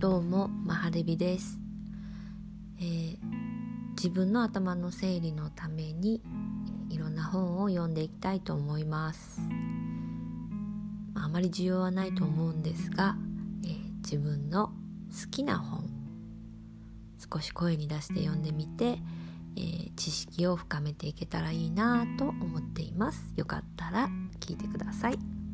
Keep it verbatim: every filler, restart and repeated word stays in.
どうもマハレビです、えー、自分の頭の整理のためにいろんな本を読んでいきたいと思います。まあ、あまり需要はないと思うんですが、えー、自分の好きな本少し声に出して読んでみて、えー、知識を深めていけたらいいなと思っています。よかったら聞いてください。